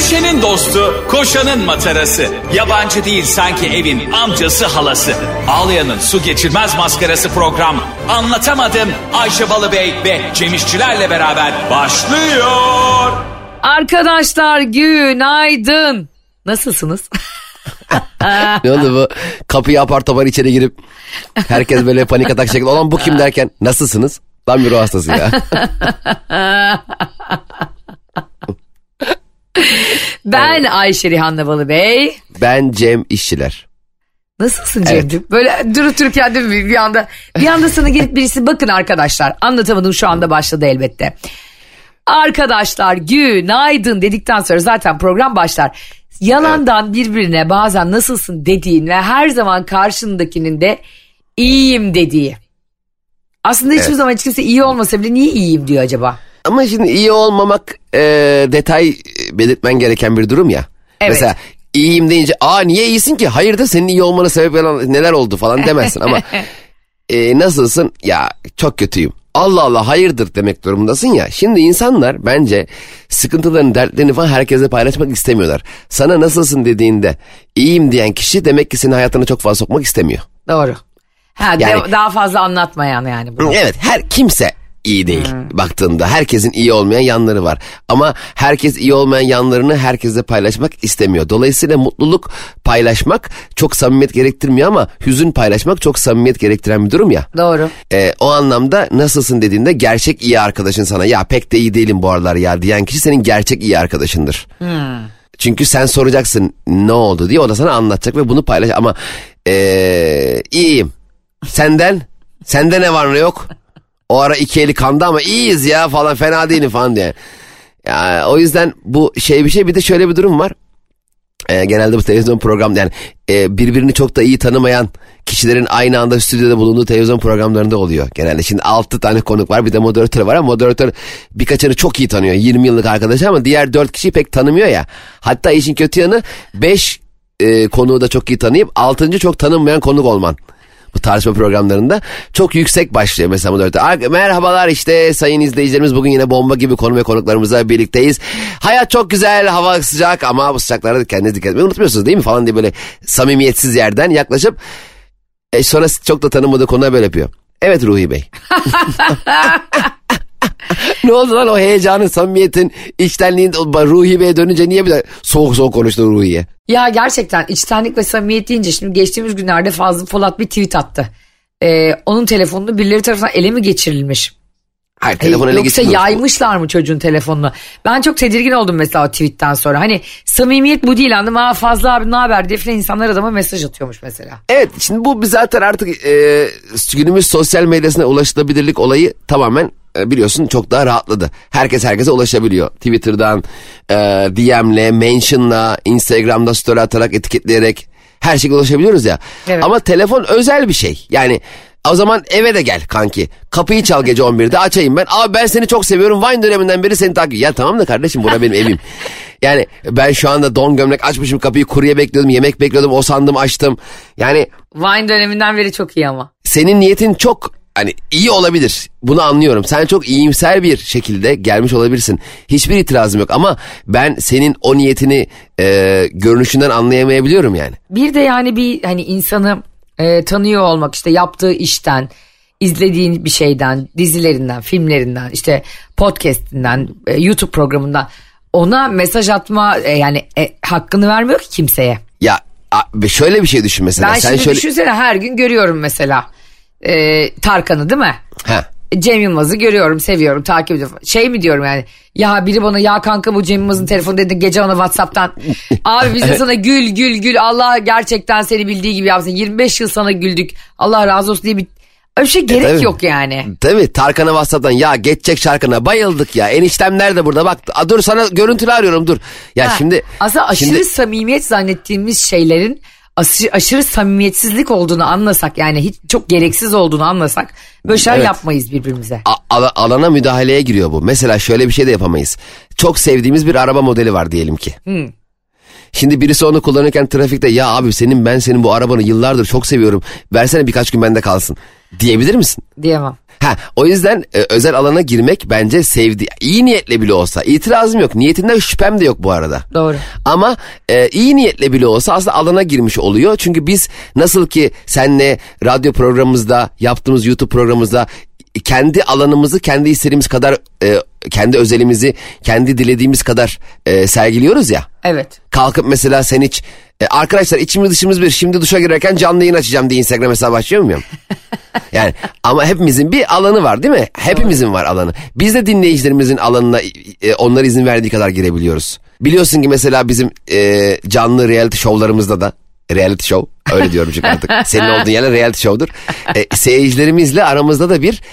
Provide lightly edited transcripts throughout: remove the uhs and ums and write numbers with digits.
Düşenin dostu, koşanın matarası. Yabancı değil sanki evin amcası halası. Ağlayanın su geçirmez maskarası program. Anlatamadım Ayşe Balıbey ve Cemişçilerle beraber başlıyor. Arkadaşlar günaydın. Nasılsınız? Ne oldu bu? Kapıyı apar topar içeri girip herkes böyle panik atak şeklinde. Olan bu kim derken nasılsınız? Tam bir ruh hastası ya. Ben Ayşe Rihanna Balıbey. Ben Cem İşçiler. Nasılsın Cem'ciğim? Evet. Böyle durup dururken değil mi? Bir anda sana gelip birisi bakın arkadaşlar. Anlatamadım şu anda başladı elbette. Arkadaşlar günaydın dedikten sonra zaten program başlar. Yalandan birbirine bazen nasılsın dediğin ve her zaman karşındakinin de iyiyim dediği. Aslında hiçbir zaman hiç kimse iyi olmasa bile niye iyiyim diyor acaba? Ama şimdi iyi olmamak detay belirtmen gereken bir durum ya. Evet. Mesela iyiyim deyince niye iyisin ki? Hayırdır senin iyi olmana sebep olan neler oldu falan demezsin ama nasılsın? Ya çok kötüyüm. Allah Allah hayırdır demek durumundasın ya. Şimdi insanlar bence sıkıntılarını, dertlerini falan herkese paylaşmak istemiyorlar. Sana nasılsın dediğinde iyiyim diyen kişi demek ki senin hayatına çok fazla sokmak istemiyor. Doğru. Yani, daha fazla anlatmayan yani. Bunu. Evet, her kimse iyi değil baktığında. Herkesin iyi olmayan yanları var. Ama herkes iyi olmayan yanlarını herkesle paylaşmak istemiyor. Dolayısıyla mutluluk paylaşmak çok samimiyet gerektirmiyor ama hüzün paylaşmak çok samimiyet gerektiren bir durum ya. Doğru. O anlamda nasılsın dediğinde gerçek iyi arkadaşın sana ya pek de iyi değilim bu aralar ya diyen kişi senin gerçek iyi arkadaşındır. Çünkü sen soracaksın ne oldu diye, o da sana anlatacak ve bunu paylaş ama iyiyim. Sende ne var ne yok? O ara iki eli kandı ama iyiyiz ya falan, fena değilim falan diye. Ya, o yüzden bu bir şey, bir de şöyle bir durum var. Genelde bu televizyon programı yani birbirini çok da iyi tanımayan kişilerin aynı anda stüdyoda bulunduğu televizyon programlarında oluyor genelde. Şimdi 6 tane konuk var, bir de moderatör var ama moderatör birkaçını çok iyi tanıyor, 20 yıllık arkadaşı, ama diğer 4 kişiyi pek tanımıyor ya. Hatta işin kötü yanı 5 konuğu da çok iyi tanıyıp 6. çok tanınmayan konuk olman. Bu tartışma programlarında çok yüksek başlıyor mesela moderatör. Merhabalar işte sayın izleyicilerimiz, bugün yine bomba gibi konu ve konuklarımızla birlikteyiz. Hayat çok güzel, hava sıcak ama bu sıcaklara da kendinize dikkat etmeyi unutmuyorsunuz değil mi falan diye böyle samimiyetsiz yerden yaklaşıp sonra çok da tanımadığı konuya böyle yapıyor. Evet Ruhi Bey. Ne oldu lan o heyecanın, samimiyetin, içtenliğin Ruhi Bey'e dönünce niye bir de soğuk soğuk konuştun Ruhi'ye? Ya gerçekten içtenlik ve samimiyet deyince şimdi geçtiğimiz günlerde Fazlı Polat bir tweet attı. Onun telefonunu birileri tarafından ele mi geçirilmiş? Hayır, telefon ele yoksa yaymışlar mı çocuğun telefonunu? Ben çok tedirgin oldum mesela o tweetten sonra. Hani samimiyet bu değil, anladın mı? Fazla abi ne haber diye falan insanlar adama mesaj atıyormuş mesela. Evet, şimdi bu zaten artık günümüz sosyal medyasına ulaşılabilirlik olayı tamamen biliyorsun çok daha rahatladı. Herkes herkese ulaşabiliyor. Twitter'dan, DM'le, mention'la, Instagram'da story atarak, etiketleyerek her şekilde ulaşabiliyoruz ya. Evet. Ama telefon özel bir şey. Yani o zaman eve de gel kanki. Kapıyı çal gece 11'de, açayım ben. Abi ben seni çok seviyorum. Vine döneminden beri seni takip. Ya tamam da kardeşim, bura benim evim. Yani ben şu anda don gömlek açmışım, kapıyı kurye bekliyordum, yemek bekliyordum, o sandım açtım. Yani Vine döneminden beri çok iyi ama. Senin niyetin çok iyi olabilir. Bunu anlıyorum. Sen çok iyimser bir şekilde gelmiş olabilirsin. Hiçbir itirazım yok ama ben senin o niyetini görünüşünden anlayamayabiliyorum yani. Bir de yani bir insanı tanıyor olmak, işte yaptığı işten, izlediğin bir şeyden, dizilerinden, filmlerinden, işte podcast'inden, YouTube programından ona mesaj atma hakkını vermiyor ki kimseye. Ya şöyle bir şey düşün mesela. Ben şimdi düşünsene, her gün görüyorum mesela Tarkan'ı değil mi? Ha. Cem Yılmaz'ı görüyorum, seviyorum, takip ediyorum. Mi diyorum yani, ya biri bana ya kanka bu Cem Yılmaz'ın telefonu dedi, gece ona WhatsApp'tan abi biz de sana gül Allah gerçekten seni bildiği gibi yapsın, 25 yıl sana güldük, Allah razı olsun diye bir öyle şey gerek yok yani. Tabii Tarkan'a WhatsApp'tan ya geçecek şarkına bayıldık ya, eniştem nerede burada bak dur sana görüntülü arıyorum dur. Ya şimdi aslında aşırı samimiyet zannettiğimiz şeylerin aşırı samimiyetsizlik olduğunu anlasak, yani hiç çok gereksiz olduğunu anlasak böyle şeyler yapmayız birbirimize. Alana müdahaleye giriyor bu. Mesela şöyle bir şey de yapamayız. Çok sevdiğimiz bir araba modeli var diyelim ki. Şimdi birisi onu kullanırken trafikte ya abi ben senin bu arabanı yıllardır çok seviyorum, versene birkaç gün bende kalsın. Diyebilir misin? Diyemem. O yüzden özel alana girmek bence iyi niyetle bile olsa itirazım yok. Niyetinden şüphem de yok bu arada. Doğru. Ama iyi niyetle bile olsa aslında alana girmiş oluyor. Çünkü biz nasıl ki seninle radyo programımızda, yaptığımız YouTube programımızda kendi alanımızı kendi istediğimiz kadar, kendi özelimizi kendi dilediğimiz kadar sergiliyoruz ya. Evet. Kalkıp mesela sen hiç arkadaşlar içimiz dışımız bir, şimdi duşa girerken canlı yayın açacağım diye Instagram hesabı açıyor muyum? Yani ama hepimizin bir alanı var değil mi? Hepimizin var alanı. Biz de dinleyicilerimizin alanına onlar izin verdiği kadar girebiliyoruz. Biliyorsun ki mesela bizim canlı reality şovlarımızda da, reality show öyle diyorum çünkü artık senin olduğun yerler reality show'dur. Seyircilerimizle aramızda da bir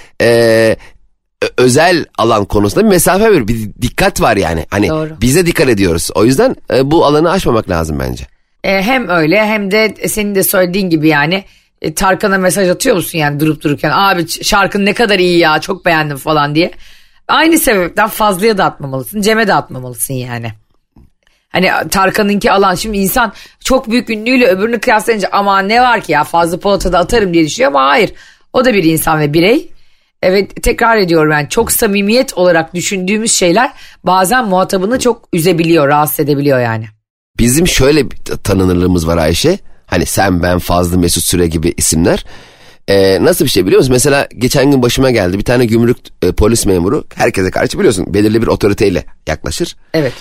özel alan konusunda bir mesafe var, bir dikkat var yani. Hani doğru. Bize dikkat ediyoruz. O yüzden bu alanı aşmamak lazım bence. Hem öyle hem de senin de söylediğin gibi yani Tarkan'a mesaj atıyor musun yani durup dururken, abi şarkın ne kadar iyi ya, çok beğendim falan diye. Aynı sebepten Fazlı'ya da atmamalısın, Cem'e de atmamalısın yani. Hani Tarkan'ınki alan, şimdi insan çok büyük ünlüyle öbürünü kıyaslayınca ama ne var ki ya Fazlı Polat'a da atarım diye düşünüyor ama hayır, o da bir insan ve birey. Evet, tekrar ediyorum yani çok samimiyet olarak düşündüğümüz şeyler bazen muhatabını çok üzebiliyor, rahatsız edebiliyor yani. Bizim şöyle bir tanınırlığımız var Ayşe. Hani sen, ben, Fazlı, Mesut Süre gibi isimler. Nasıl bir şey biliyor musun? Mesela geçen gün başıma geldi. Bir tane gümrük polis memuru herkese karşı biliyorsun belirli bir otoriteyle yaklaşır. Evet.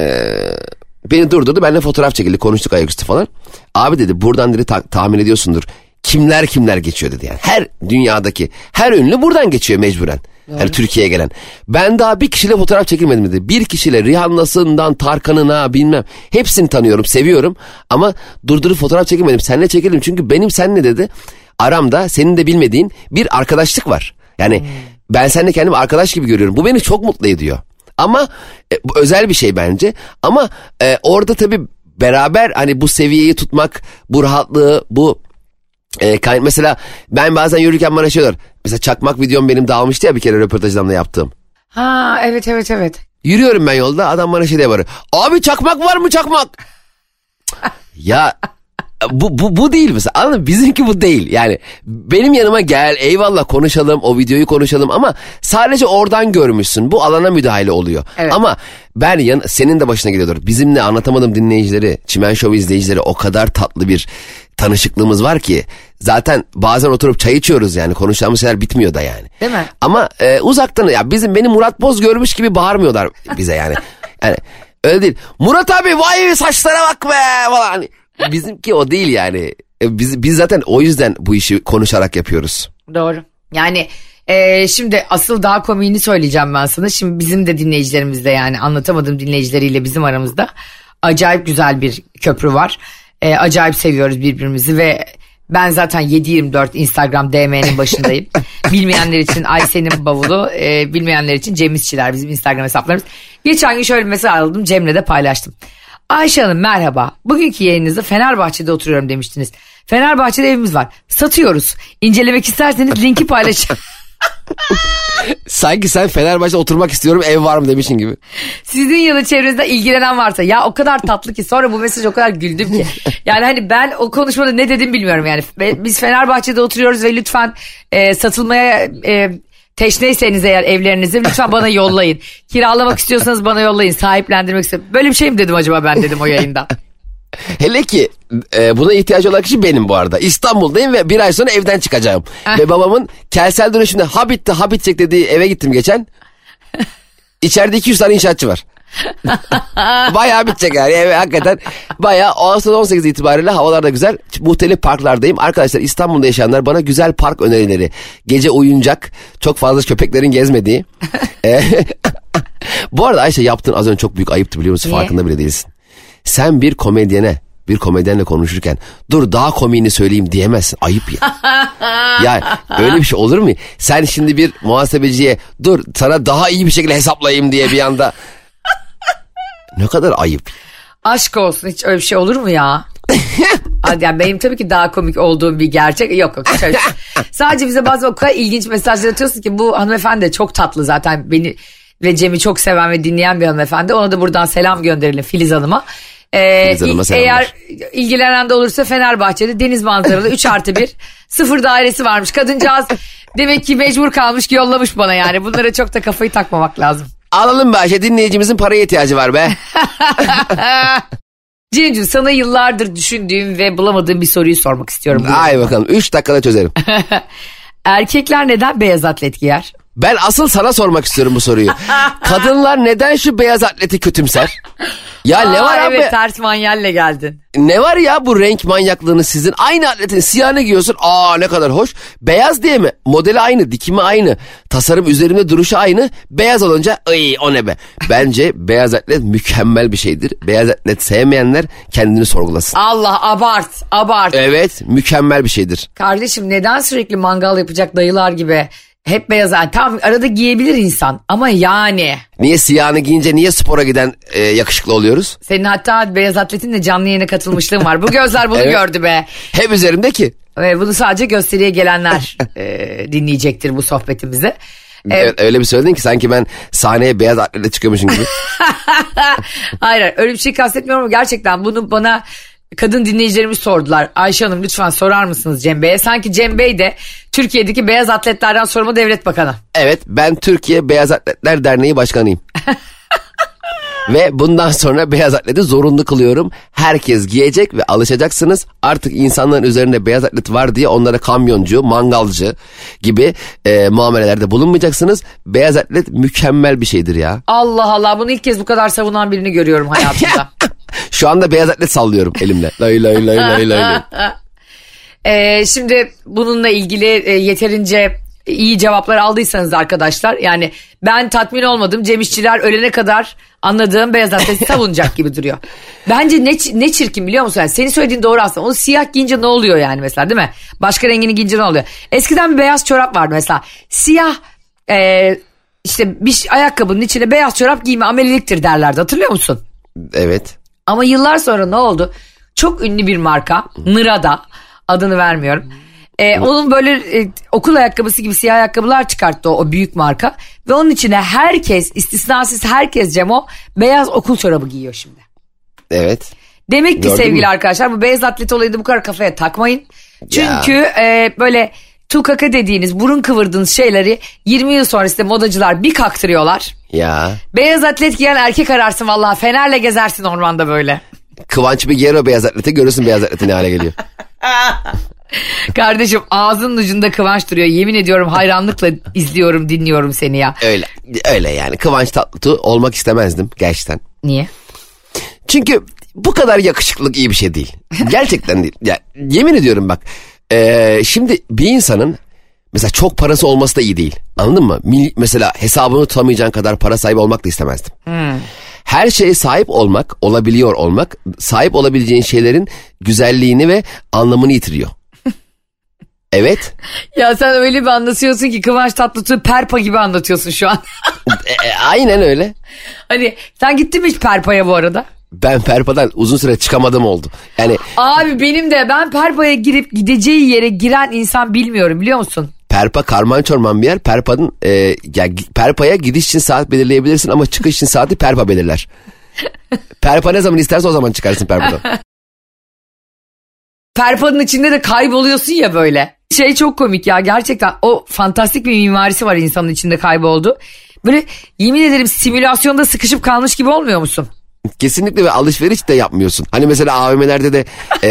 Beni durdurdu, benimle fotoğraf çekildi, konuştuk ayaküstü falan. Abi dedi, buradan dedi tahmin ediyorsundur. Kimler geçiyor dedi yani. Her dünyadaki her ünlü buradan geçiyor mecburen. Doğru. Yani Türkiye'ye gelen. Ben daha bir kişiyle fotoğraf çekilmedim dedi. Bir kişiyle Rihanna'sından Tarkan'ına bilmem hepsini tanıyorum, seviyorum ama durdurup fotoğraf çekilmedim. Seninle çekelim çünkü benim seninle dedi aramda senin de bilmediğin bir arkadaşlık var. Yani ben seninle kendimi arkadaş gibi görüyorum. Bu beni çok mutlu ediyor. Ama bu özel bir şey bence. Ama orada tabii beraber hani bu seviyeyi tutmak, bu rahatlığı, bu mesela ben bazen yürürken bana şey diyor. Mesela çakmak videom benim dağılmıştı ya bir kere röportajlarımda yaptığım. Ha evet. Yürüyorum ben yolda, adam bana şey diye bağırıyor. Abi çakmak var mı çakmak? Ya bu değil mesela, anladın mı? Bizimki bu değil. Yani benim yanıma gel, eyvallah konuşalım, o videoyu konuşalım ama sadece oradan görmüşsün. Bu alana müdahale oluyor. Evet. Ama ben senin de başına geliyordur. Bizimle anlatamadım dinleyicileri, Çimen Show izleyicileri o kadar tatlı bir tanışıklığımız var ki zaten bazen oturup çay içiyoruz yani, konuşacağımız şeyler bitmiyor da yani. Değil mi? Ama uzaktan ya beni Murat Boz görmüş gibi bağırmıyorlar bize yani. Yani öyle değil. Murat abi vay saçlara bak be falan. Hani, bizimki o değil yani. Biz zaten o yüzden bu işi konuşarak yapıyoruz. Doğru. Yani şimdi asıl daha komiğini söyleyeceğim ben sana. Şimdi bizim de dinleyicilerimizde yani anlatamadığım dinleyicileriyle bizim aramızda acayip güzel bir köprü var. Acayip seviyoruz birbirimizi ve ben zaten 7/24 Instagram DM'nin başındayım. Bilmeyenler için Ayşe'nin bavulu, bilmeyenler için Cem İşçiler bizim Instagram hesaplarımız. Geçen gün şöyle bir mesaj aldım, Cem'le de paylaştım. Ayşe Hanım merhaba. Bugünkü yayınınızda Fenerbahçe'de oturuyorum demiştiniz. Fenerbahçe'de evimiz var. Satıyoruz. İncelemek isterseniz linki paylaşacağım. Sanki sen Fenerbahçe'de oturmak istiyorum ev var mı demişsin gibi. Sizin ya da çevrenizde ilgilenen varsa ya o kadar tatlı ki, sonra bu mesaj o kadar güldüm ki. Yani hani ben o konuşmada ne dedim bilmiyorum yani. Biz Fenerbahçe'de oturuyoruz ve lütfen satılmaya teşneyseniz eğer evlerinizi lütfen bana yollayın. Kiralamak istiyorsanız bana yollayın. Sahiplendirmek istiyorum. Böyle bir şey mi dedim acaba ben dedim o yayında. Hele ki buna ihtiyacı olan kişi benim bu arada. İstanbul'dayım ve bir ay sonra evden çıkacağım. Ve babamın kentsel dönüşümde ha bitecek dediği eve gittim geçen. İçeride 200 tane inşaatçı var. Bayağı bitecek yani. Hakikaten bayağı Ağustos 18 itibariyle havalar da güzel. Muhtelif parklardayım. Arkadaşlar İstanbul'da yaşayanlar bana güzel park önerileri. Gece oyuncak, çok fazla köpeklerin gezmediği. Bu arada Ayşe yaptığın az önce çok büyük ayıptı biliyor musun? Niye? Farkında bile değilsin. Sen bir komedyenle konuşurken dur daha komiğini söyleyeyim diyemezsin. Ayıp ya. Ya öyle bir şey olur mu? Sen şimdi bir muhasebeciye dur sana daha iyi bir şekilde hesaplayayım diye bir anda. Ne kadar ayıp. Aşk olsun, hiç öyle bir şey olur mu ya? Yani benim tabii ki daha komik olduğum bir gerçek. Yok. Şöyle. Sadece bize bazen o kadar ilginç mesajlar atıyorsun ki, bu hanımefendi çok tatlı zaten, beni ve Cem'i çok seven ve dinleyen bir hanımefendi. Ona da buradan selam gönderelim, Filiz Hanım'a. Eğer ilgilenen de olursa Fenerbahçe'de deniz manzaralı 3+1 sıfır dairesi varmış. Kadıncağız demek ki mecbur kalmış ki yollamış bana yani. Bunlara çok da kafayı takmamak lazım. Alalım be Ayşe, dinleyicimizin paraya ihtiyacı var be. Cincim, sana yıllardır düşündüğüm ve bulamadığım bir soruyu sormak istiyorum. Ay bakalım, 3 dakikada çözerim. Erkekler neden beyaz atlet giyer? Ben asıl sana sormak istiyorum bu soruyu. Kadınlar neden şu beyaz atleti kötümser? Ya ne var abi? Evet, ters manyelle geldin. Ne var ya bu renk manyaklığını sizin? Aynı atletin siyahını giyiyorsun. Aa ne kadar hoş. Beyaz diye mi? Modeli aynı, dikimi aynı. Tasarım üzerinde duruşu aynı. Beyaz olunca o ne be? Bence beyaz atlet mükemmel bir şeydir. Beyaz atlet sevmeyenler kendini sorgulasın. Allah, abart. Evet, mükemmel bir şeydir. Kardeşim, neden sürekli mangal yapacak dayılar gibi hep beyaz? Tamam, arada giyebilir insan ama yani. Niye siyahını giyince niye spora giden yakışıklı oluyoruz? Senin hatta beyaz atletinle canlı yayına katılmışlığın var. Bu gözler bunu evet. Gördü be. Hep üzerimde ki. Ve bunu sadece gösteriye gelenler dinleyecektir bu sohbetimizi. Evet, öyle bir söyledin ki sanki ben sahneye beyaz atletle çıkıyormuşum gibi. Hayır, öyle bir şey kastetmiyorum ama gerçekten bunu bana kadın dinleyicilerimiz sordular. Ayşe Hanım, lütfen sorar mısınız Cem Bey'e? Sanki Cem Bey de Türkiye'deki beyaz atletlerden sorumlu devlet bakanı. Evet, ben Türkiye Beyaz Atletler Derneği Başkanıyım. Ve bundan sonra beyaz atleti zorunlu kılıyorum. Herkes giyecek ve alışacaksınız. Artık insanların üzerinde beyaz atlet var diye onlara kamyoncu, mangalcı gibi muamelelerde bulunmayacaksınız. Beyaz atlet mükemmel bir şeydir ya. Allah Allah, bunu ilk kez bu kadar savunan birini görüyorum hayatımda. Şu anda beyaz atlet sallıyorum elimle. Lay lay lay lay lay. Şimdi bununla ilgili yeterince iyi cevaplar aldıysanız arkadaşlar, yani ben tatmin olmadım. Cem İşçiler ölene kadar anladığım beyaz atleti savunacak gibi duruyor. Bence ne çirkin biliyor musun? Yani senin söylediğin doğru aslında. Onu siyah giyince ne oluyor yani mesela, değil mi? Başka rengini giyince ne oluyor? Eskiden bir beyaz çorap vardı mesela. Siyah işte bir ayakkabının içine beyaz çorap giyme ameliliktir derlerdi, hatırlıyor musun? Evet. Ama yıllar sonra ne oldu? Çok ünlü bir marka, Nırada, adını vermiyorum. Onun böyle okul ayakkabısı gibi siyah ayakkabılar çıkarttı o büyük marka. Ve onun içine herkes, istisnasız herkes Cemo, beyaz okul çorabı giyiyor şimdi. Evet. Demek ki sevgili arkadaşlar, bu beyaz atlet olayını bu kadar kafaya takmayın. Çünkü böyle tukaka dediğiniz, burun kıvırdığınız şeyleri 20 yıl sonra size modacılar bir kaktırıyorlar. Ya. Beyaz atlet giyen erkek ararsın vallahi, fenerle gezersin ormanda böyle. Kıvanç bir giyer o beyaz atleti, görürsün beyaz atletin ne hale geliyor. Kardeşim, ağzının ucunda Kıvanç duruyor. Yemin ediyorum hayranlıkla izliyorum, dinliyorum seni ya. Öyle yani. Kıvanç Tatlıtuğ olmak istemezdim gerçekten. Niye? Çünkü bu kadar yakışıklık iyi bir şey değil. Gerçekten değil. Ya, yemin ediyorum bak. Şimdi bir insanın mesela çok parası olması da iyi değil. Anladın mı? Mesela hesabını tutamayacağın kadar para sahibi olmak da istemezdim. Her şeye sahip olmak, olabiliyor olmak, sahip olabileceğin şeylerin güzelliğini ve anlamını yitiriyor. Evet. Ya sen öyle bir anlatıyorsun ki Kıvanç Tatlıtuğ Perpa gibi anlatıyorsun şu an. Aynen öyle. Hani sen gittin mi hiç Perpa'ya bu arada? Ben Perpa'dan uzun süre çıkamadım oldu. Yani abi benim de, ben Perpa'ya girip gideceği yere giren insan bilmiyorum, biliyor musun? Perpa karman çorman bir yer. Perpa'ya gidiş için saat belirleyebilirsin ama çıkış için saati Perpa belirler. Perpa ne zaman isterse o zaman çıkarsın Perpa'dan. Perpa'nın içinde de kayboluyorsun ya böyle. Çok komik ya gerçekten, o fantastik bir mimarisi var insanın içinde kayboldu. Böyle yemin ederim simülasyonda sıkışıp kalmış gibi olmuyor musun? Kesinlikle, ve alışveriş de yapmıyorsun. Hani mesela AVM'lerde de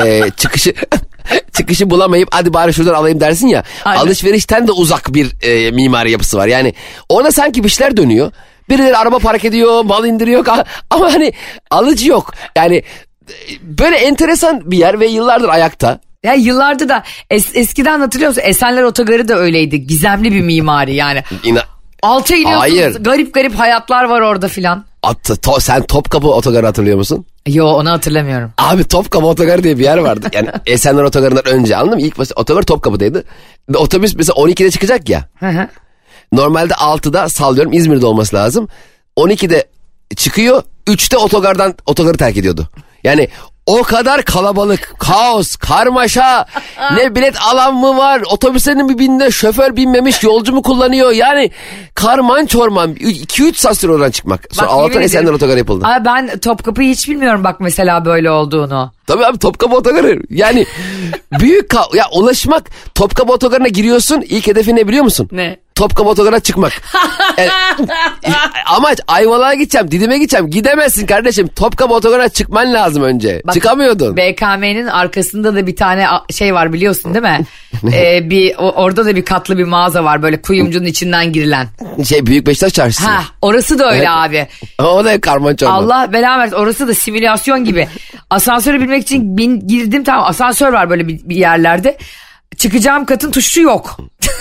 çıkışı bulamayıp hadi bari şuradan alayım dersin ya. Aynen. Alışverişten de uzak bir mimari yapısı var. Yani orada sanki bir şeyler dönüyor. Birileri araba park ediyor, mal indiriyor ama hani alıcı yok. Yani böyle enteresan bir yer ve yıllardır ayakta. Ya yıllardır da eskiden hatırlıyor musun? Esenler Otogarı da öyleydi. Gizemli bir mimari yani. Alta iniyorsunuz. Hayır. Garip garip hayatlar var orada filan. Sen Topkapı Otogarı hatırlıyor musun? Yo, onu hatırlamıyorum. Abi Topkapı Otogarı diye bir yer vardı. Yani Esenler Otogarı'ndan önce, anladın mı? İlk başta otogar Topkapı'daydı. Ve otobüs mesela 12'de çıkacak ya. Normalde 6'da, sallıyorum, İzmir'de olması lazım. 12'de çıkıyor, 3'te otogarı terk ediyordu. Yani O kadar kalabalık, kaos, karmaşa, ne bilet alan mı var, otobüslerin bir bininde şoför binmemiş, yolcu mu kullanıyor? Yani karman çorman 2-3 saat süre oradan çıkmak. Sonra Allah'tan Esenler Otogarı yapıldı. Abi ben Topkapı'yı hiç bilmiyorum bak mesela böyle olduğunu. Tabii abi Topkapı Otogarı yani büyük ya ulaşmak, Topkapı Otogarı'na giriyorsun, ilk hedefin ne biliyor musun? Ne? Topkapı Otogarı'na çıkmak. Yani, amaç Ayvalık'a gideceğim, Didim'e gideceğim. Gidemezsin kardeşim. Topkapı Otogarı'na çıkman lazım önce. Bak, çıkamıyordun. BKM'nin arkasında da bir tane şey var biliyorsun değil mi? Orada da bir katlı bir mağaza var böyle kuyumcunun içinden girilen. Büyük Beşiktaş Çarşısı. Ha, orası da öyle evet. Abi. O da karman çorman. Allah belamı versin. Orası da simülasyon gibi. Asansöre binmek için girdim, tamam, asansör var böyle bir yerlerde. Çıkacağım katın tuşu yok.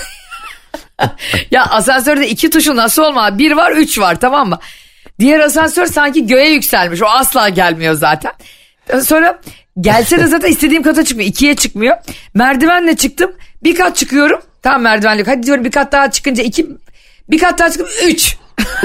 Ya asansörde 2 tuşu nasıl olmaz? 1 var 3 var, tamam mı? Diğer asansör sanki göğe yükselmiş. O asla gelmiyor zaten. Sonra gelse de zaten istediğim kata çıkmıyor. 2'ye çıkmıyor. Merdivenle çıktım. Bir kat çıkıyorum. Tamam merdivenle. Hadi diyorum bir kat daha çıkınca 2. Bir kat daha çıktım 3.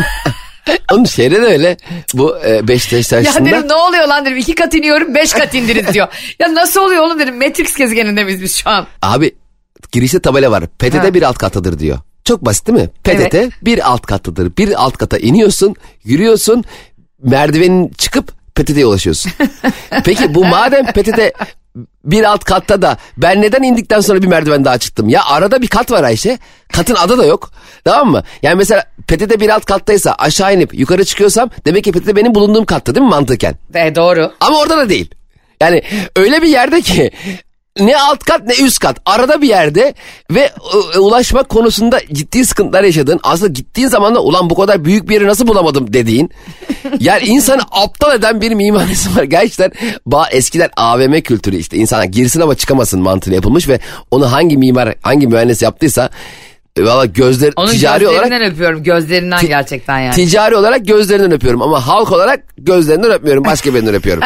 Oğlum şeyde de öyle. Bu Beşiktaş Çarşısı'nda. Ya dedim ne oluyor lan dedim. 2 kat iniyorum 5 kat indiriz diyor. Ya nasıl oluyor oğlum dedim. Matrix gezegeninde miyiz biz şu an? Abi girişte tabela var. PTT bir alt kattadır diyor. Çok basit değil mi? PTT evet. Bir alt kattadır. Bir alt kata iniyorsun, yürüyorsun, merdivenin çıkıp PTT'ye ulaşıyorsun. Peki bu madem PTT bir alt katta da ben neden indikten sonra bir merdiven daha çıktım? Ya arada bir kat var Ayşe. Katın adı da yok. Tamam mı? Yani mesela PTT bir alt kattaysa aşağı inip yukarı çıkıyorsam demek ki PTT benim bulunduğum katta değil mi mantıken? Doğru. Ama orada da değil. Yani öyle bir yerde ki ne alt kat ne üst kat, arada bir yerde ve ulaşmak konusunda ciddi sıkıntılar yaşadın. Aslında gittiğin zaman da ulan bu kadar büyük bir yeri nasıl bulamadım dediğin. Yani insanı aptal eden bir mimarisi var. Gerçekten eskiden AVM kültürü işte insana girsin ama çıkamasın mantığıyla yapılmış ve onu hangi mimar hangi mühendis yaptıysa valla ticari olarak. Onun gözlerinden öpüyorum, gözlerinden gerçekten yani. Ticari olarak gözlerinden öpüyorum ama halk olarak gözlerinden öpmüyorum, başka birinden öpüyorum.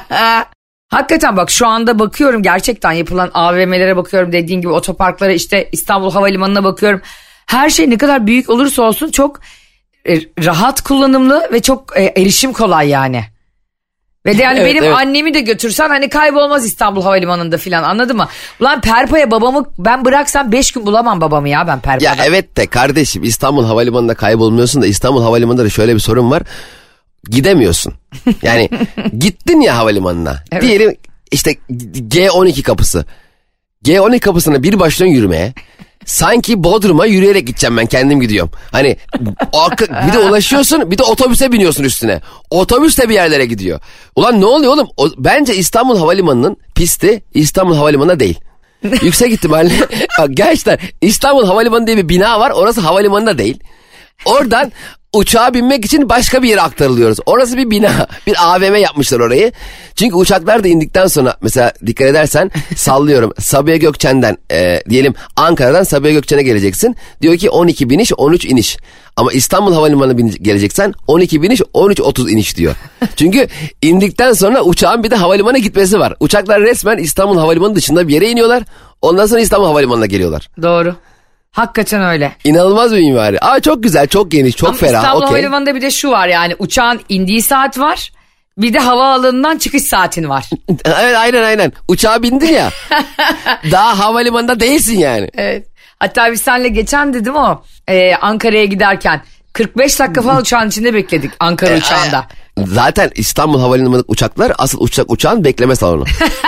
Hakikaten bak şu anda bakıyorum gerçekten yapılan AVM'lere bakıyorum, dediğin gibi otoparklara, işte İstanbul Havalimanı'na bakıyorum. Her şey ne kadar büyük olursa olsun çok rahat kullanımlı ve çok erişim kolay yani. Ve de yani evet, benim annemi de götürsen hani kaybolmaz İstanbul Havalimanı'nda filan, anladın mı? Ulan Perpa'ya babamı ben bıraksam 5 gün bulamam babamı ya ben Perpa'da. Ya evet de kardeşim İstanbul Havalimanı'nda kaybolmuyorsun da İstanbul Havalimanı'nda da şöyle bir sorun var. Gidemiyorsun. Yani gittin ya havalimanına. Evet. Diyelim işte G12 kapısı. G12 kapısına bir başlıyorsun yürümeye. Sanki Bodrum'a yürüyerek gideceğim, ben kendim gidiyorum. Hani bir de ulaşıyorsun, bir de otobüse biniyorsun üstüne. Otobüs de bir yerlere gidiyor. Ulan ne oluyor oğlum? Bence İstanbul Havalimanı'nın pisti İstanbul Havalimanı'na değil. Yüksek ihtimalle gerçekten İstanbul Havalimanı diye bir bina var, orası havalimanında değil. Oradan uçağa binmek için başka bir yere aktarılıyoruz. Orası bir bina. Bir AVM yapmışlar orayı. Çünkü uçaklar da indikten sonra mesela dikkat edersen sallıyorum. Sabiha Gökçen'den diyelim Ankara'dan Sabiha Gökçen'e geleceksin. Diyor ki 12 biniş 13 iniş. Ama İstanbul Havalimanı'na geleceksen 12 biniş 13.30 iniş diyor. Çünkü indikten sonra uçağın bir de havalimanına gitmesi var. Uçaklar resmen İstanbul Havalimanı dışında bir yere iniyorlar. Ondan sonra İstanbul Havalimanı'na geliyorlar. Doğru. Hakikaten öyle. İnanılmaz bir mimari. Aa çok güzel, çok geniş, çok ferah. İstanbul Havalimanı'nda bir de şu var yani uçağın indiği saat var. Bir de havaalanından çıkış saatin var. Evet aynen. Uçağa bindin ya. Daha havalimanında değilsin yani. Evet. Hatta biz seninle geçen dedim Ankara'ya giderken 45 dakika falan uçağın içinde bekledik Ankara uçağında. Zaten İstanbul Havalimanı uçaklar asıl uçağın bekleme salonu.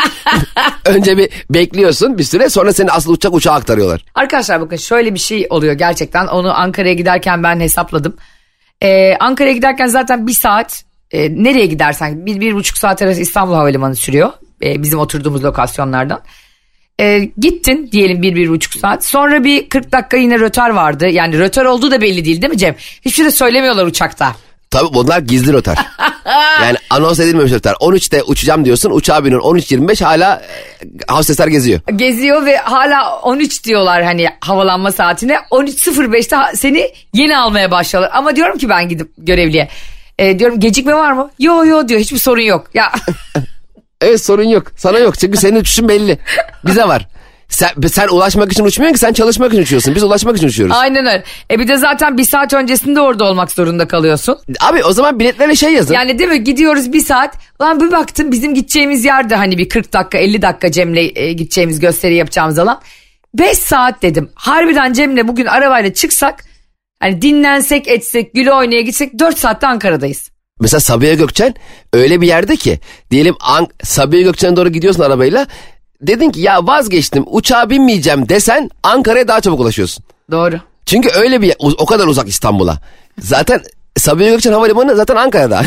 Önce bir bekliyorsun bir süre, sonra seni asıl uçağa aktarıyorlar. Arkadaşlar bakın şöyle bir şey oluyor gerçekten, onu Ankara'ya giderken ben hesapladım. Ankara'ya giderken zaten bir saat nereye gidersen 1,5 saat arası İstanbul Havalimanı sürüyor bizim oturduğumuz lokasyonlardan. Gittin diyelim 1,5 saat, sonra bir 40 dakika yine rötar vardı, yani rötar olduğu da belli değil mi Cem? Hiçbir şey de söylemiyorlar uçakta. Tabii bunlar gizli rötar. Yani anons edilmemiş rötar. 13'te uçacağım diyorsun, uçağa biniyorsun 13.25 hala hostesler geziyor. Geziyor ve hala 13 diyorlar hani havalanma saatine. 13.05'te seni yeni almaya başlıyorlar. Ama diyorum ki ben gidip görevliye diyorum gecikme var mı? Yo diyor, hiçbir sorun yok. Ya. Evet sorun yok. Sana yok çünkü senin uçuşun belli. Bize var. Sen ulaşmak için uçmuyorsun ki, sen çalışmak için uçuyorsun. Biz ulaşmak için uçuyoruz. Aynen öyle. Bir de zaten bir saat öncesinde orada olmak zorunda kalıyorsun. Abi o zaman biletlere şey yazın. Yani değil mi, gidiyoruz bir saat. Lan bir baktım bizim gideceğimiz yerde hani bir 40 dakika 50 dakika Cem'le gideceğimiz gösteri yapacağımız alan. 5 saat dedim. Harbiden Cem'le bugün arabayla çıksak, hani dinlensek etsek güle oynaya gitsek 4 saatte Ankara'dayız. Mesela Sabiha Gökçen öyle bir yerde ki, diyelim Sabiha Gökçen'e doğru gidiyorsun arabayla. Dedin ki ya vazgeçtim, uçağa binmeyeceğim desen Ankara'ya daha çabuk ulaşıyorsun. Doğru. Çünkü öyle bir o kadar uzak İstanbul'a. Zaten Sabiha Gökçen Havalimanı zaten Ankara'da.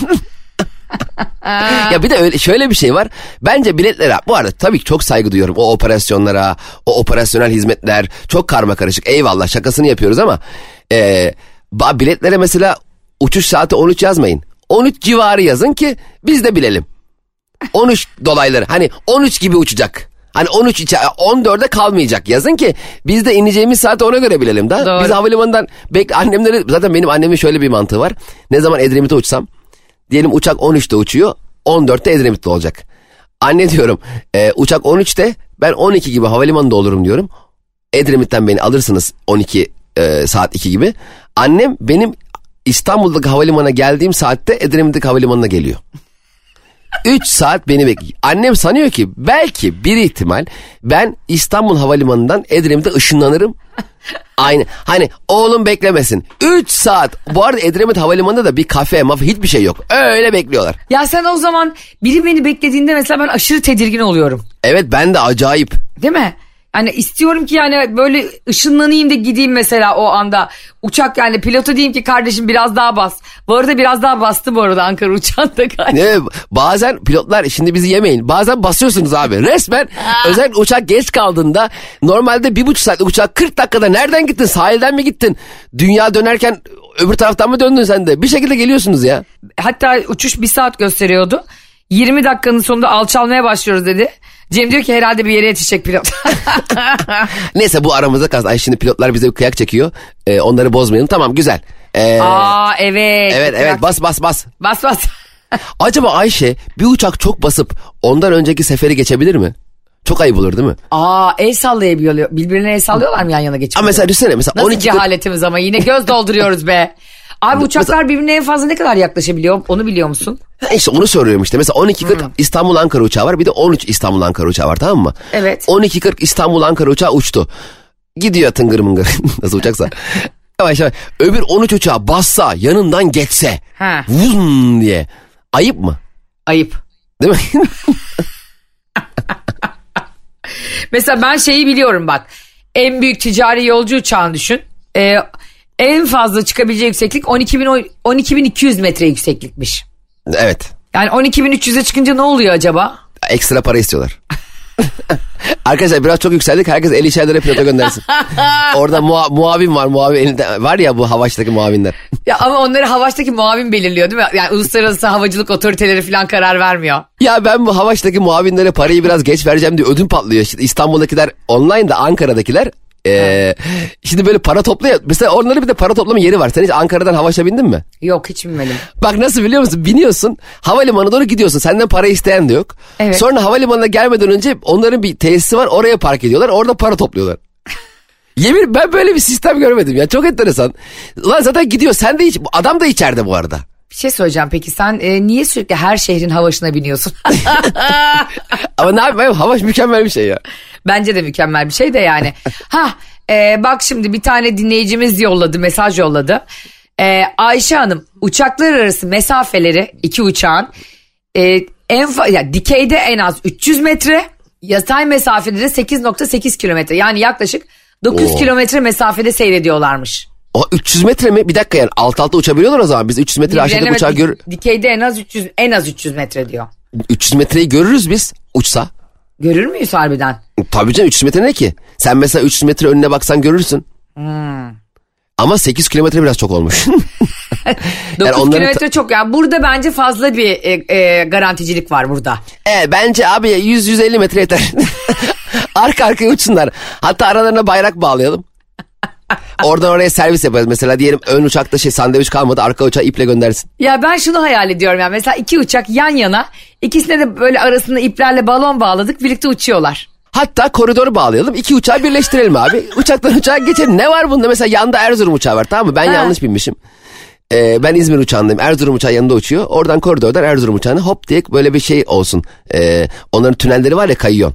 Ya bir de öyle, şöyle bir şey var. Bence biletlere, bu arada tabii ki çok saygı duyuyorum o operasyonlara, o operasyonel hizmetler çok karmakarışık. Eyvallah, şakasını yapıyoruz ama biletlere mesela uçuş saati 13 yazmayın. 13 civarı yazın ki biz de bilelim. 13 dolayları, hani 13 gibi uçacak. Hani 14'e kalmayacak yazın ki biz de ineceğimiz saati ona göre bilelim da. Doğru. Biz havalimanından annemleri, zaten benim annemin şöyle bir mantığı var. Ne zaman Edremit'e uçsam, diyelim uçak 13'te uçuyor, 14'te Edremit'te olacak. Anne diyorum uçak 13'te, ben 12 gibi havalimanında olurum diyorum. Edremit'ten beni alırsınız 12 saat 2 gibi. Annem benim İstanbul'daki havalimanına geldiğim saatte Edremit'teki havalimanına geliyor. 3 saat beni bekliyor. Annem sanıyor ki belki bir ihtimal ben İstanbul Havalimanı'ndan Edremit'e ışınlanırım. Aynı. Hani oğlum beklemesin. 3 saat. Bu arada Edremit Havalimanı'nda da bir kafe, hiçbir şey yok. Öyle bekliyorlar. Ya sen o zaman biri beni beklediğinde mesela ben aşırı tedirgin oluyorum. Evet, ben de acayip. Değil mi? Yani istiyorum ki yani böyle ışınlanayım da gideyim mesela o anda. Uçak, yani pilota diyeyim ki kardeşim biraz daha bas. Bu arada biraz daha bastı bu arada Ankara uçağında galiba. Ne? Bazen pilotlar, şimdi bizi yemeyin, bazen basıyorsunuz abi. Resmen özellikle uçak geç kaldığında, normalde 1,5 saatlik uçak 40 dakikada nereden gittin? Sahilden mi gittin? Dünya dönerken öbür taraftan mı döndün sen de? Bir şekilde geliyorsunuz ya. Hatta uçuş 1 saat gösteriyordu. 20 dakikanın sonunda alçalmaya başlıyoruz dedi. Cem diyor ki herhalde bir yere yetişecek pilot. Neyse, bu aramızda kalsın. Ay, şimdi pilotlar bize bir kıyak çekiyor. Onları bozmayalım. Tamam, güzel. Evet. Evet, bas. Bas. Acaba Ayşe bir uçak çok basıp ondan önceki seferi geçebilir mi? Çok ayıp olur değil mi? El sallayabiliyor. Birbirine el sallıyorlar mı yan yana geçiyor? Ama mesela düşünsene. Mesela nasıl cehaletimiz ama yine göz dolduruyoruz be. Abi uçaklar birbirine en fazla ne kadar yaklaşabiliyor? Onu biliyor musun? İşte onu soruyorum işte. Mesela 12.40 İstanbul-Ankara uçağı var. Bir de 13 İstanbul-Ankara uçağı var, tamam mı? Evet. 12.40 İstanbul-Ankara uçağı uçtu. Gidiyor tıngır mıngır. Nasıl uçaksa. Yavaş. Öbür 13 uçağı bassa, yanından geçse. Vun diye. Ayıp mı? Ayıp. Değil mi? Mesela ben şeyi biliyorum bak. En büyük ticari yolcu uçağını düşün. En fazla çıkabileceği yükseklik 12.200 metre yükseklikmiş. Evet. Yani 12.300'e çıkınca ne oluyor acaba? Ekstra para istiyorlar. Arkadaşlar biraz çok yükseldik. Herkes 50'şer lira pilota göndersin. Orada muavin var. Muavin elinde var ya, bu Havaş'taki muavinler. Ya ama onları Havaş'taki muavin belirliyor değil mi? Yani uluslararası havacılık otoriteleri falan karar vermiyor. Ya ben bu Havaş'taki muavinlere parayı biraz geç vereceğim diye ödüm patlıyor. İşte İstanbul'dakiler online da Ankara'dakiler. Şimdi böyle para topluyor. Mesela onların bir de para toplama yeri var. Sen hiç Ankara'dan Havaş'a bindin mi? Yok, hiç binmedim. Bak nasıl biliyor musun? Biniyorsun, havalimanına doğru gidiyorsun. Senden para isteyen de yok. Evet. Sonra havalimanına gelmeden önce onların bir tesisi var. Oraya park ediyorlar. Orada para topluyorlar. Yemin, ben böyle bir sistem görmedim ya. Çok enteresan. Ulan zaten gidiyor. Sen de adam da içeride bu arada. Bir şey söyleyeceğim, peki sen niye sürekli her şehrin Havaş'ına biniyorsun? Ama ne yapayım, Havaş mükemmel bir şey ya. Bence de mükemmel bir şey de yani. Bak şimdi bir tane dinleyicimiz mesaj yolladı. Ayşe Hanım, uçaklar arası mesafeleri, 2 uçağın dikeyde en az 300 metre, yatay mesafede de 8.8 kilometre, yani yaklaşık 900 kilometre mesafede seyrediyorlarmış. O 300 metre mi? Bir dakika, yani alt alta uçabiliyorlar o zaman. Biz 300 metre aşağıda uçağı görür. Dikeyde en az 300 metre diyor. 300 metreyi görürüz biz uçsa. Görür müyüz harbiden? Tabii canım, 300 metre ne ki? Sen mesela 300 metre önüne baksan görürsün. Ama 8 kilometre biraz çok olmuş. 9 kilometre çok. Yani burada bence fazla bir garanticilik var burada. Bence abi 100-150 metre yeter. Arka arkaya uçsunlar. Hatta aralarına bayrak bağlayalım. Oradan oraya servis yaparız. Mesela diyelim ön uçakta sandviç kalmadı, arka uçağı iple göndersin. Ya ben şunu hayal ediyorum ya. Mesela 2 uçak yan yana, ikisine de böyle arasında iplerle balon bağladık, birlikte uçuyorlar. Hatta koridoru bağlayalım. 2 uçağı birleştirelim abi. Uçaktan uçağa geçelim. Ne var bunda? Mesela yanında Erzurum uçağı var, tamam mı? Ben yanlış binmişim. Ben İzmir uçağındayım. Erzurum uçağı yanında uçuyor. Oradan koridordan Erzurum uçağına hop diye böyle bir şey olsun. Onların tünelleri var ya, kayıyor.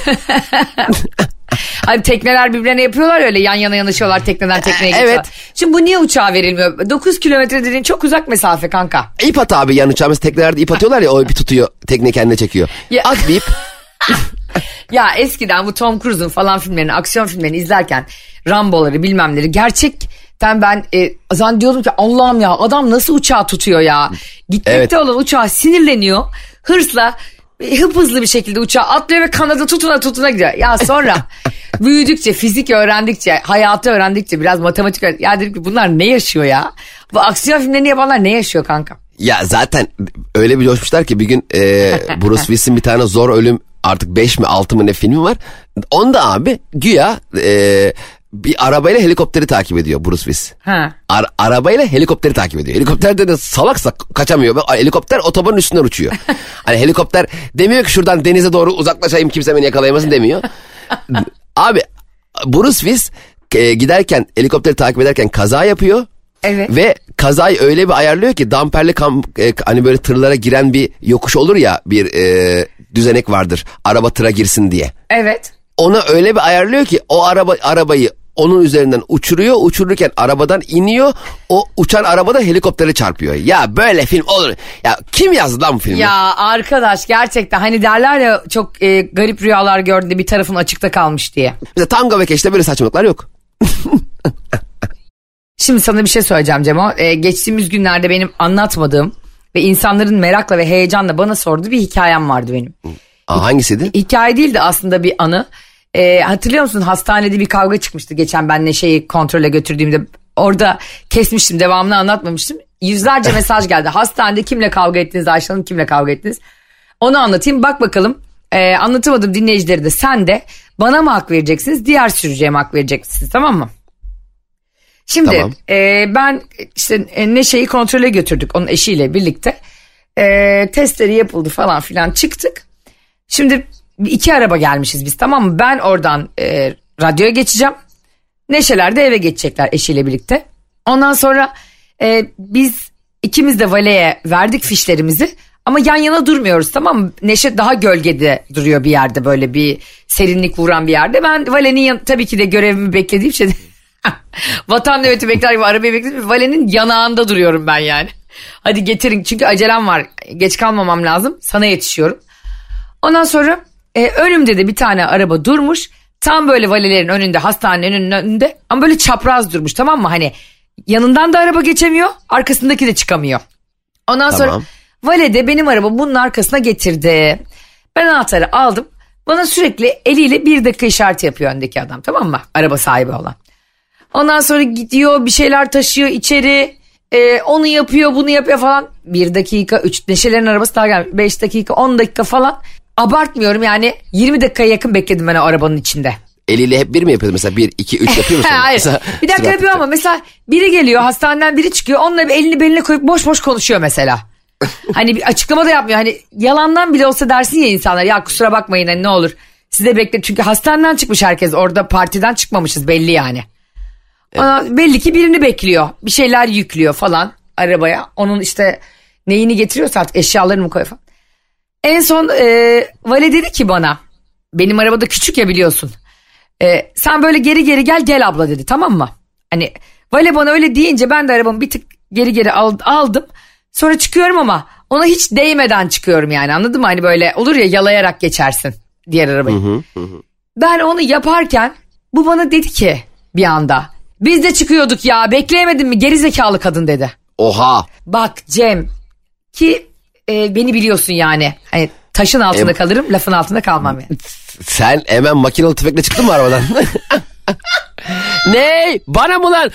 Hani tekneler birbirlerine yapıyorlar öyle, yan yana yanaşıyorlar, tekneden tekneye geçiyorlar. Evet. Şimdi bu niye uçağa verilmiyor? 9 kilometre dediğin çok uzak mesafe kanka. İp at abi yan uçağı. Mesela teknelerde ip atıyorlar ya, o ipi tutuyor. Tekne kendine çekiyor. At bir ip. Ya eskiden bu Tom Cruise'un falan filmlerini, aksiyon filmlerini izlerken Rambo'ları bilmemleri gerçekten ben zannediyordum ki Allah'ım ya adam nasıl uçağı tutuyor ya. Gitmekte olan uçağa sinirleniyor. Hırsla hızlı bir şekilde uçağa atlıyor ve kanadı tutuna gidiyor. Ya sonra büyüdükçe, fizik öğrendikçe, hayatı öğrendikçe, biraz matematik öğrendikçe, ya dedim ki bunlar ne yaşıyor ya? Bu aksiyon filmlerini yapanlar ne yaşıyor kanka? Ya zaten öyle bir coşmuşlar ki bir gün Bruce Willis'in bir tane Zor Ölüm, artık 5 mi 6 mı ne filmi var. Onda abi güya bir arabayla helikopteri takip ediyor Bruce Willis. Arabayla helikopteri takip ediyor. Helikopterde de salaksa kaçamıyor. Helikopter otobanın üstünden uçuyor. Hani helikopter demiyor ki şuradan denize doğru uzaklaşayım, kimse beni yakalayamasın demiyor. Abi Bruce Willis giderken, helikopteri takip ederken kaza yapıyor. Evet. Ve kazayı öyle bir ayarlıyor ki damperli hani böyle tırlara giren bir yokuş olur ya, bir düzenek vardır. Araba tıra girsin diye. Evet. Ona öyle bir ayarlıyor ki o arabayı onun üzerinden uçuruyor. Uçururken arabadan iniyor. O uçan arabada helikoptere çarpıyor. Ya böyle film olur. Ya kim yazdı lan bu filmi? Ya arkadaş gerçekten hani derler ya çok garip rüyalar gördüğünde bir tarafın açıkta kalmış diye. Mesela Tango ve Keş'te böyle saçmalıklar yok. Şimdi sana bir şey söyleyeceğim Cemo. Geçtiğimiz günlerde benim anlatmadığım ve insanların merakla ve heyecanla bana sorduğu bir hikayem vardı benim. Hangisiydi? Hikaye değil de aslında bir anı. Hatırlıyor musun, hastanede bir kavga çıkmıştı geçen, ben Neşe'yi kontrole götürdüğümde. Orada kesmiştim, devamını anlatmamıştım. Yüzlerce mesaj geldi. Hastanede kimle kavga ettiniz Ayşe Hanım, kimle kavga ettiniz? Onu anlatayım, bak bakalım. Anlatamadım dinleyicileri de, sen de bana mı hak vereceksiniz, diğer sürücüye mi hak vereceksiniz, tamam mı? Şimdi tamam. Ben işte Neşe'yi kontrole götürdük onun eşiyle birlikte. Testleri yapıldı falan filan, çıktık. Şimdi 2 araba gelmişiz biz, tamam mı? Ben oradan radyoya geçeceğim. Neşeler de eve geçecekler eşiyle birlikte. Ondan sonra biz ikimiz de valeye verdik fişlerimizi. Ama yan yana durmuyoruz, tamam mı? Neşe daha gölgede duruyor bir yerde, böyle bir serinlik vuran bir yerde. Ben valenin tabii ki de görevimi beklediğim şey vatan nöbeti bekler gibi arabayı bekledim. Valenin yanağında duruyorum ben yani. Hadi getirin çünkü acelem var, geç kalmamam lazım, sana yetişiyorum. Ondan sonra önümde de bir tane araba durmuş. Tam böyle valelerin önünde, hastanenin önünde, ama böyle çapraz durmuş, tamam mı? Hani yanından da araba geçemiyor, arkasındaki de çıkamıyor. Ondan sonra vale de benim arabamı bunun arkasına getirdi. Ben anahtarı aldım. Bana sürekli eliyle 1 dakika işareti yapıyor öndeki adam, tamam mı? Araba sahibi olan. Ondan sonra gidiyor bir şeyler taşıyor içeri. Onu yapıyor, bunu yapıyor falan. 1 dakika, 3 Neşelerin arabası daha gelmiş. 5 dakika, 10 dakika falan. Abartmıyorum yani, 20 dakikaya yakın bekledim ben o arabanın içinde. Eliyle hep bir mi yapıyordu mesela? 1, 2, 3 yapıyor musun? Hayır. Mesela, bir dakika yapıyor ama mesela biri geliyor, hastaneden biri çıkıyor. Onunla bir elini beline koyup boş boş konuşuyor mesela. Hani bir açıklama da yapmıyor. Hani yalandan bile olsa dersin ya insanlar, ya kusura bakmayın hani ne olur. Size bekle, çünkü hastaneden çıkmış herkes. Orada partiden çıkmamışız belli yani. Ona belli ki birini bekliyor. Bir şeyler yüklüyor falan arabaya. Onun işte neyini getiriyorsa artık, eşyalarını mı koyuyor falan. En son vale dedi ki bana, benim arabada küçük ya biliyorsun. Sen böyle geri gel abla dedi, tamam mı? Hani vale bana öyle deyince ben de arabamı bir tık geri aldım. Sonra çıkıyorum ama ona hiç değmeden çıkıyorum yani, anladın mı? Hani böyle olur ya, yalayarak geçersin diğer arabayı. Ben onu yaparken bu bana dedi ki bir anda, biz de çıkıyorduk ya, bekleyemedin mi gerizekalı kadın dedi. Oha. Bak Cem ki beni biliyorsun yani, hani taşın altında kalırım, lafın altında kalmam yani. Sen hemen makinalı tüfekle çıktın mı arabadan? Ne? Bana mı lan?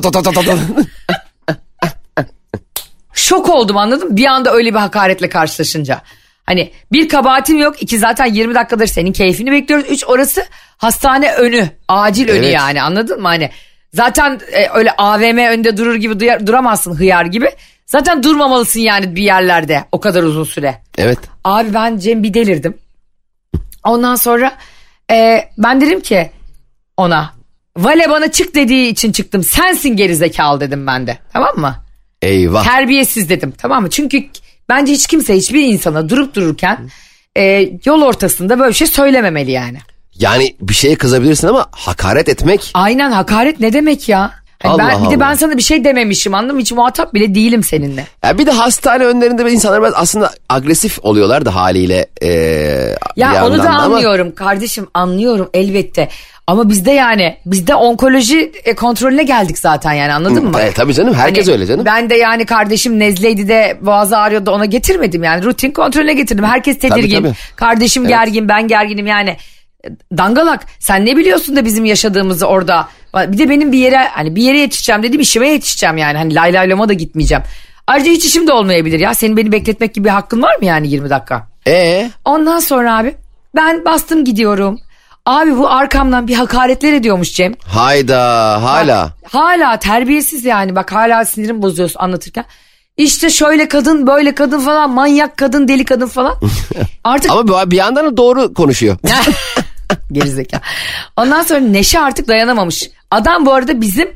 Şok oldum, anladın mı? Bir anda öyle bir hakaretle karşılaşınca. Hani bir kabahatim yok. 2 zaten 20 dakikadır senin keyfini bekliyoruz. 3 orası hastane önü. Acil önü yani, anladın mı? Hani zaten öyle AVM önünde durur gibi duramazsın hıyar gibi. Zaten durmamalısın yani bir yerlerde o kadar uzun süre. Evet. Abi ben Cem bir delirdim. Ondan sonra Ben dedim ki ona, Vale bana çık dediği için çıktım, sensin gerizekalı dedim ben de, tamam mı? Eyvah. Terbiyesiz dedim, tamam mı? Çünkü bence hiç kimse hiçbir insana durup dururken yol ortasında böyle bir şey söylememeli yani. Yani bir şeye kızabilirsin ama hakaret etmek. Aynen, hakaret ne demek ya? Hani ben sana bir şey dememişim, anladın mı? Hiç muhatap bile değilim seninle. Ya bir de hastane önlerinde insanlar biraz aslında agresif oluyorlar da haliyle. Ya onu da anlıyorum kardeşim, anlıyorum elbette. Ama bizde onkoloji kontrolüne geldik zaten yani, anladın mı? Tabii canım, herkes öyle canım. Ben de yani kardeşim nezleydi de boğazı ağrıyordu da ona getirmedim yani, rutin kontrolüne getirdim. Herkes tedirgin, tabii. Kardeşim gergin, ben gerginim yani. Dangalak, sen ne biliyorsun da bizim yaşadığımızı orada. Bir de benim bir yere yetişeceğim dedim, işime yetişeceğim yani, hani laylaylama da gitmeyeceğim. Ayrıca hiç işim de olmayabilir ya, senin beni bekletmek gibi bir hakkın var mı yani 20 dakika? Ondan sonra abi ben bastım gidiyorum. Abi bu arkamdan bir hakaretler ediyormuş Cem. Hayda, hala. Bak, hala terbiyesiz yani, bak hala sinirim bozuyorsun anlatırken. İşte şöyle kadın, böyle kadın falan, manyak kadın, deli kadın falan. Artık ama bir yandan da doğru konuşuyor. Gerizekalı. Ondan sonra Neşe artık dayanamamış. Adam bu arada bizim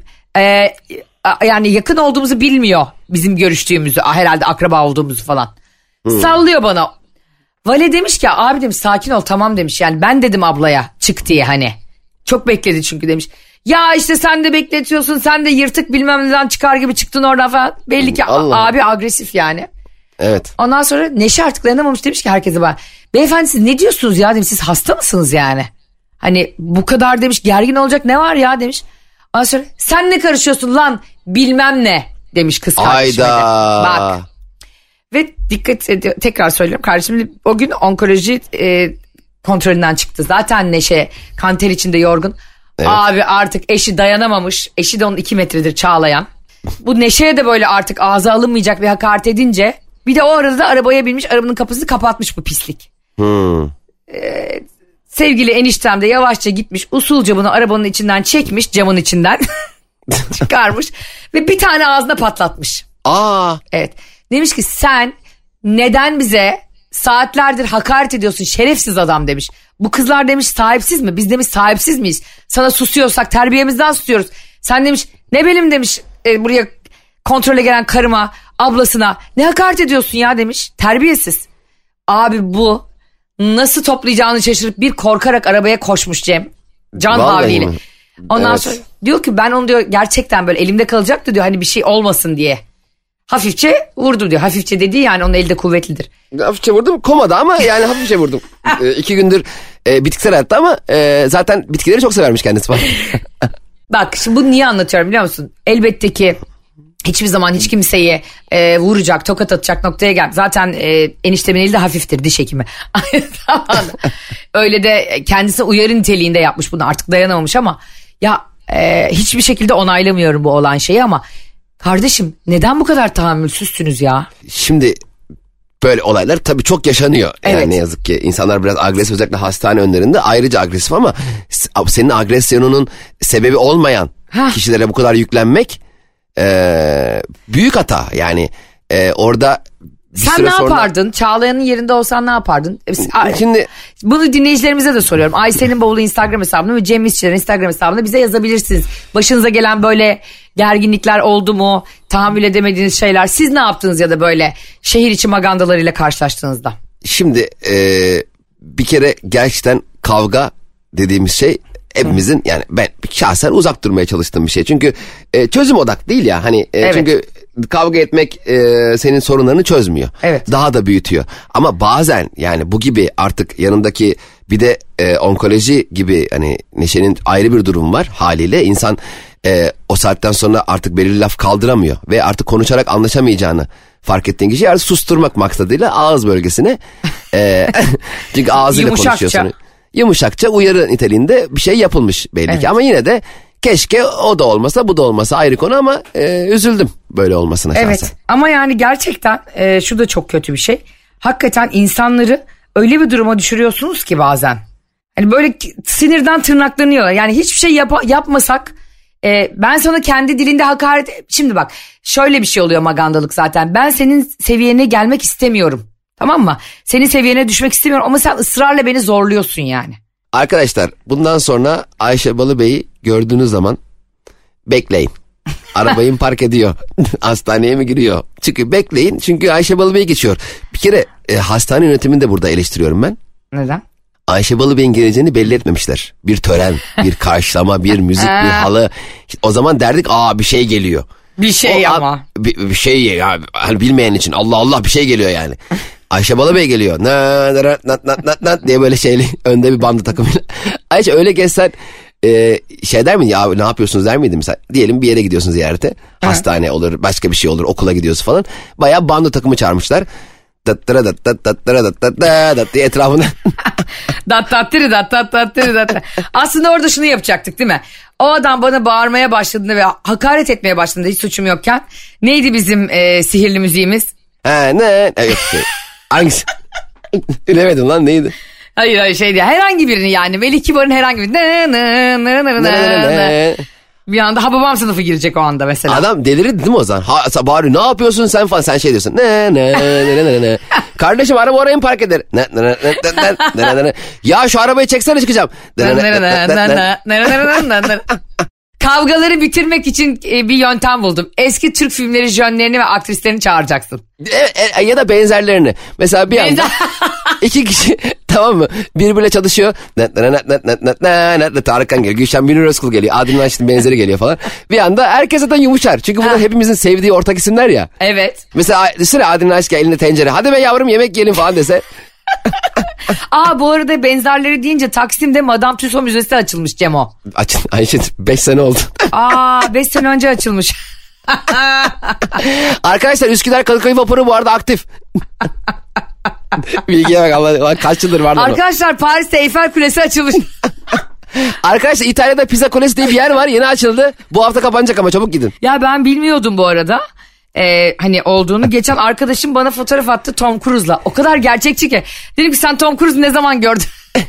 yani yakın olduğumuzu bilmiyor, bizim görüştüğümüzü, herhalde akraba olduğumuzu falan. Sallıyor bana. Vale demiş ki abi demiş, sakin ol tamam demiş, yani ben dedim ablaya çık diye, hani çok bekledi çünkü demiş. Ya işte sen de bekletiyorsun, sen de yırtık bilmem neden çıkar gibi çıktın oradan falan. Belli ki abi agresif yani. Evet. Ondan sonra Neşe artık dayanamamış, demiş ki herkese bana, beyefendi siz ne diyorsunuz ya demiş, siz hasta mısınız yani? Hani bu kadar demiş gergin olacak ne var ya demiş. Ondan sonra sen ne karışıyorsun lan bilmem ne demiş kız kardeşime. Hayda. Bak. Ve dikkat ediyor, tekrar söylüyorum kardeşim, o gün onkoloji kontrolünden çıktı. Zaten Neşe kanter içinde yorgun. Evet. Abi artık eşi dayanamamış. Eşi de onun 2 metredir Çağlayan. Bu Neşe'ye de böyle artık ağza alınmayacak bir hakaret edince, bir de o arada da arabaya binmiş, arabanın kapısını kapatmış bu pislik. Sevgili eniştem de yavaşça gitmiş, usulca bunu arabanın içinden çekmiş, camın içinden çıkarmış ve bir tane ağzına patlatmış. Evet. Demiş ki sen neden bize saatlerdir hakaret ediyorsun şerefsiz adam demiş. Bu kızlar demiş sahipsiz mi? Biz demiş sahipsiz miyiz? Sana susuyorsak terbiyemizden susuyoruz. Sen demiş ne bileyim demiş buraya kontrole gelen karıma, ablasına ne hakaret ediyorsun ya demiş. Terbiyesiz. Abi bu nasıl toplayacağını şaşırıp bir korkarak arabaya koşmuş Cem. Can havliyle. Ondan sonra diyor ki ben onu diyor gerçekten böyle elimde kalacaktı diyor, hani bir şey olmasın diye. Hafifçe vurdu diyor. Hafifçe dediği yani onun eli de kuvvetlidir. Hafifçe vurdum, komada ama yani hafifçe vurdum. 2 gündür bitkisel hayatta ama zaten bitkileri çok severmiş kendisi falan. Bak şimdi bunu niye anlatıyorum biliyor musun? Elbette ki hiçbir zaman hiç kimseyi vuracak, tokat atacak noktaya gel. Zaten eniştemin eli de hafiftir, diş hekimi. Öyle de kendisi uyarı niteliğinde yapmış bunu, artık dayanamamış ama ya hiçbir şekilde onaylamıyorum bu olan şeyi ama kardeşim neden bu kadar tahammülsüzsünüz ya? Şimdi böyle olaylar tabii çok yaşanıyor. Evet. Yani ne yazık ki insanlar biraz agresif, özellikle hastane önlerinde ayrıca agresif ama senin agresyonunun sebebi olmayan kişilere bu kadar yüklenmek büyük hata. Yani orada sen ne yapardın? Çağlayan'ın yerinde olsan ne yapardın? Şimdi bunu dinleyicilerimize de soruyorum. Ayşe'nin bavulu Instagram hesabında ve Cem İşçilerin Instagram hesabında bize yazabilirsiniz. Başınıza gelen böyle gerginlikler oldu mu? Tahammül edemediğiniz şeyler. Siz ne yaptınız ya da böyle şehir içi magandalarıyla karşılaştığınızda? Şimdi bir kere gerçekten kavga dediğimiz şey hepimizin, yani ben şahsen uzak durmaya çalıştığım bir şey. Çünkü çözüm odak değil ya. Hani evet. Çünkü kavga etmek senin sorunlarını çözmüyor. Evet. Daha da büyütüyor. Ama bazen yani bu gibi artık yanındaki bir de onkoloji gibi hani Neşe'nin ayrı bir durum var haliyle. İnsan o saatten sonra artık belirli laf kaldıramıyor ve artık konuşarak anlaşamayacağını fark ettiğin kişiyi artık susturmak maksadıyla ağız bölgesine çünkü ağzıyla konuşuyorsun. Yumuşakça uyarı niteliğinde bir şey yapılmış belli ki ama yine de keşke o da olmasa bu da olmasa, ayrı konu ama üzüldüm böyle olmasına şahsen. Evet ama yani gerçekten şu da çok kötü bir şey. Hakikaten insanları öyle bir duruma düşürüyorsunuz ki bazen. Hani böyle sinirden tırnaklanıyorlar. Yani hiçbir şey yapmasak ben sana kendi dilinde hakaret... Şimdi bak şöyle bir şey oluyor magandalık zaten. Ben senin seviyene gelmek istemiyorum. Tamam mı? Senin seviyene düşmek istemiyorum ama sen ısrarla beni zorluyorsun yani. Arkadaşlar bundan sonra Ayşe Balıbey'i gördüğünüz zaman bekleyin. Arabayı park ediyor. Hastaneye mi giriyor? Çıkıyor, bekleyin çünkü Ayşe Balıbey geçiyor. Bir kere hastane yönetimini de burada eleştiriyorum ben. Neden? Ayşe Balıbey'in geleceğini belli etmemişler. Bir tören, bir karşılama, bir müzik, bir halı. O zaman derdik bir şey geliyor. Bir şey ama. Bir şey ya, hani bilmeyen için Allah Allah bir şey geliyor yani. Ayşe Balıbey geliyor. Nat diye böyle şeyli önde bir bandı takımıyla. Ayşe öyle geçsen şey der miydin ya, ne yapıyorsunuz der miydin mesela? Diyelim bir yere gidiyorsun ziyarete. Hastane olur, başka bir şey olur, okula gidiyorsun falan. Bayağı bandı takımı çağırmışlar. Diye etrafında. Aslında orada şunu yapacaktık değil mi? O adam bana bağırmaya başladığında ve hakaret etmeye başladığında hiç suçum yokken neydi bizim sihirli müziğimiz? Yok. Hangisi? Bilemedim lan, neydi? Hayır şey diye herhangi birini yani Melih Kibar'ın herhangi birini bir anda Hababam sınıfı girecek o anda mesela. Adam delirirdi değil mi o zaman? Bari ne yapıyorsun sen falan, sen şey diyorsun. Kardeşim araba oraya mı park eder? Ya şu arabayı çeksene çıkacağım. Kavgaları bitirmek için bir yöntem buldum. Eski Türk filmleri jönlerini ve aktrislerini çağıracaksın. Ya da benzerlerini. Mesela bir anda iki kişi tamam mı? Birbiriyle çalışıyor. Tarık Kan geliyor. Gülşen Münir Özkul geliyor. Adil Naşit'in benzeri geliyor falan. Bir anda herkes zaten yumuşar. Çünkü bunlar hepimizin sevdiği ortak isimler ya. Evet. Mesela düşünsene Adil Naşit elinde tencere. Hadi be yavrum yemek yiyelim falan dese. Bu arada benzerleri deyince Taksim'de Madame Tussauds Müzesi açılmış Cemo. Ayşe 5 sene oldu. 5 sene önce açılmış. Arkadaşlar Üsküdar Kadıköy vapuru bu arada aktif. Bilgiye bak Allah kaç yıldır vardı. Arkadaşlar Paris'te Eiffel Kulesi açılmış. Arkadaşlar İtalya'da Pisa Kulesi diye bir yer var, yeni açıldı. Bu hafta kapanacak ama çabuk gidin. Ya ben bilmiyordum bu arada. Hani olduğunu. Geçen arkadaşım bana fotoğraf attı Tom Cruise'la. O kadar gerçekçi ki. Dedim ki sen Tom Cruise'u ne zaman gördün?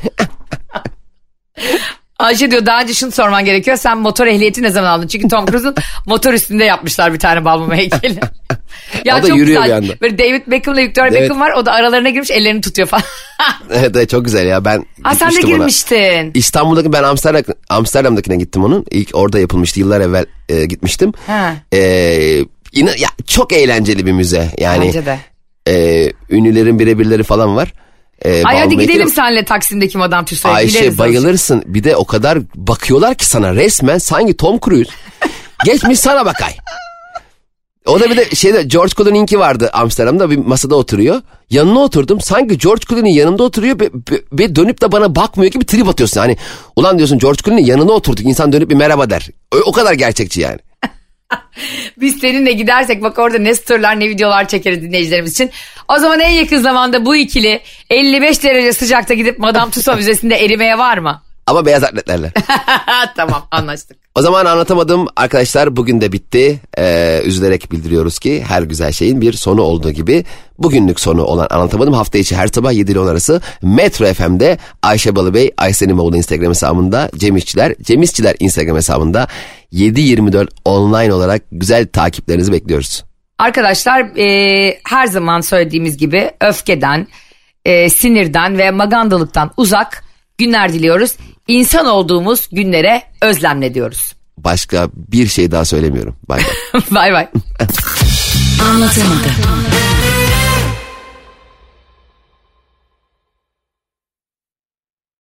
Ayşe diyor daha önce şunu sorman gerekiyor. Sen motor ehliyeti ne zaman aldın? Çünkü Tom Cruise'un motor üstünde yapmışlar bir tane balmum heykeli. Ya o da çok yürüyor güzel. bir anda. Böyle David Beckham'la Victoria Beckham var. O da aralarına girmiş ellerini tutuyor falan. Evet çok güzel ya, ben sen de girmiştin. Ona. İstanbul'daki, ben Amsterdam'dakine gittim onun. İlk orada yapılmıştı, yıllar evvel gitmiştim. Yine ya, çok eğlenceli bir müze yani. Bence de. Ünlülerin birebirleri falan var. Ay hadi gidelim senle Taksim'deki Madame Tussauds'a. Ayşe bayılırsın. Bir de o kadar bakıyorlar ki sana, resmen sanki Tom Cruise geçmiş sana bakay. O da bir de George Clooney'inki vardı Amsterdam'da, bir masada oturuyor. Yanına oturdum, sanki George Clooney yanımda oturuyor ve dönüp de bana bakmıyor gibi trip atıyorsun. Hani ulan diyorsun George Clooney yanına oturduk, insan dönüp bir merhaba der. O kadar gerçekçi yani. Biz seninle gidersek bak orada ne storyler ne videolar çekeriz dinleyicilerimiz için. O zaman en yakın zamanda bu ikili 55 derece sıcakta gidip Madame Tussauds Müzesi'nde erimeye var mı? Ama beyaz atletlerle. Tamam, anlaştık. O zaman anlatamadım arkadaşlar, bugün de bitti. Üzülerek bildiriyoruz ki her güzel şeyin bir sonu olduğu gibi bugünlük sonu olan anlatamadım. Hafta içi her sabah 7 ile 10 arası Metro FM'de Ayşe Balıbey, Aysen İmamoğlu Instagram hesabında, Cem İşçiler Instagram hesabında 7/24 online olarak güzel takiplerinizi bekliyoruz. Arkadaşlar her zaman söylediğimiz gibi öfkeden, sinirden ve magandalıktan uzak günler diliyoruz. İnsan olduğumuz günlere özlemle diyoruz. Başka bir şey daha söylemiyorum. Bay bay. Bay bay. Anlatamadım.